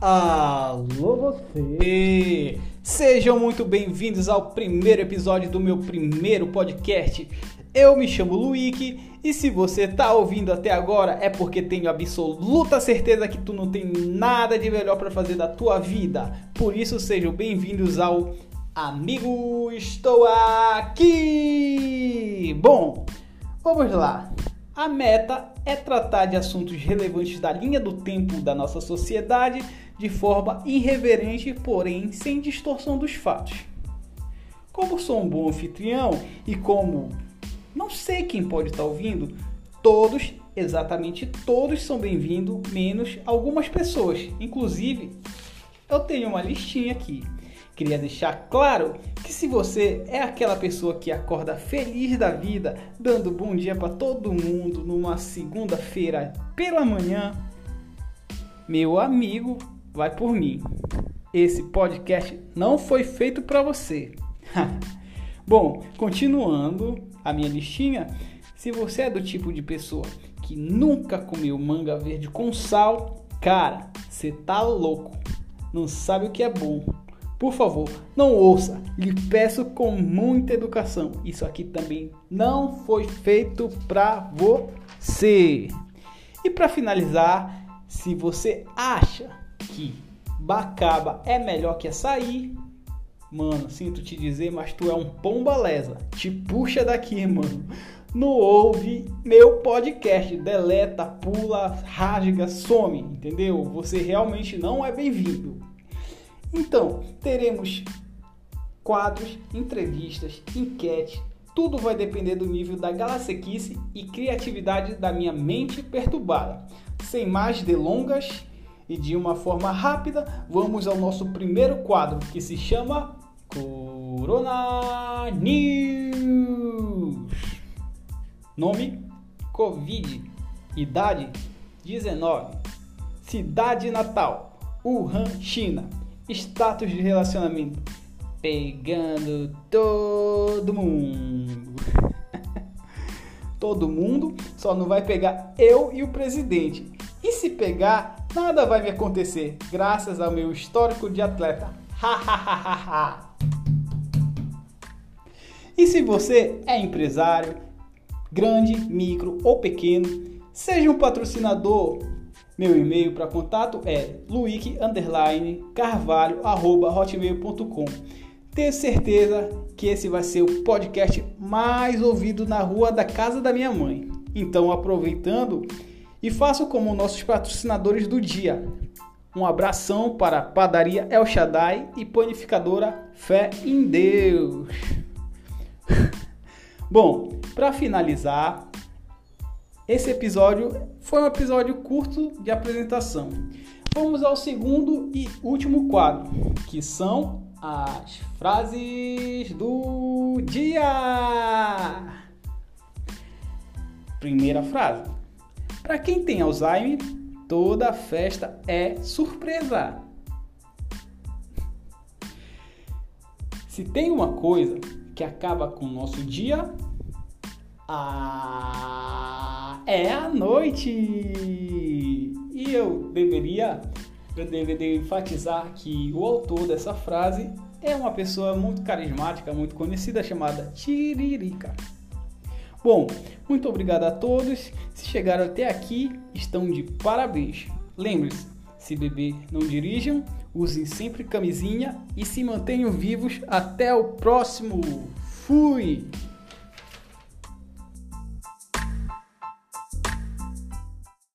Alô você! Sejam muito bem-vindos ao primeiro episódio do meu primeiro podcast. Eu me chamo Luíque e se você tá ouvindo até agora é porque tenho absoluta certeza que tu não tem nada de melhor para fazer da tua vida. Por isso sejam bem-vindos ao Amigo Estou Aqui! Bom, vamos lá. A meta é tratar de assuntos relevantes da linha do tempo da nossa sociedade de forma irreverente, porém sem distorção dos fatos. Como sou um bom anfitrião e como não sei quem pode estar ouvindo, todos, exatamente todos são bem-vindos, menos algumas pessoas. Inclusive, eu tenho uma listinha aqui. Queria deixar claro que se você é aquela pessoa que acorda feliz da vida, dando bom dia para todo mundo numa segunda-feira pela manhã, meu amigo, vai por mim. Esse podcast não foi feito para você. Bom, continuando a minha listinha, se você é do tipo de pessoa que nunca comeu manga verde com sal, cara, você tá louco, não sabe o que é bom. Por favor, não ouça, lhe peço com muita educação. Isso aqui também não foi feito para você. E para finalizar, se você acha que bacaba é melhor que açaí, mano, sinto te dizer, mas tu é um pomba-lesa. Te puxa daqui, mano. Não ouve meu podcast, deleta, pula, rasga, some, entendeu? Você realmente não é bem-vindo. Então, teremos quadros, entrevistas, enquete, tudo vai depender do nível da galacequice e criatividade da minha mente perturbada. Sem mais delongas e de uma forma rápida, vamos ao nosso primeiro quadro, que se chama Corona News. Nome: Covid. Idade: 19. Cidade natal: Wuhan, China. Status de relacionamento: pegando todo mundo. Todo mundo, só não vai pegar eu e o presidente. E se pegar, nada vai me acontecer, graças ao meu histórico de atleta. E se você é empresário, grande, micro ou pequeno, seja um patrocinador, meu e-mail para contato é luique_carvalho@hotmail.com. Tenho certeza que esse vai ser o podcast mais ouvido na rua da casa da minha mãe. Então, aproveitando, e faço como nossos patrocinadores do dia. Um abração para a Padaria El Shaddai e Panificadora Fé em Deus. Bom, para finalizar, esse episódio foi um episódio curto de apresentação. Vamos ao segundo e último quadro, que são as frases do dia. Primeira frase: para quem tem Alzheimer, toda festa é surpresa. Se tem uma coisa que acaba com o nosso dia, é a noite. E eu deveria enfatizar que o autor dessa frase é uma pessoa muito carismática, muito conhecida, chamada Tiririca. Bom, muito obrigado a todos. Se chegaram até aqui, estão de parabéns. Lembre-se, se beber, não dirijam, usem sempre camisinha e se mantenham vivos. Até o próximo. Fui!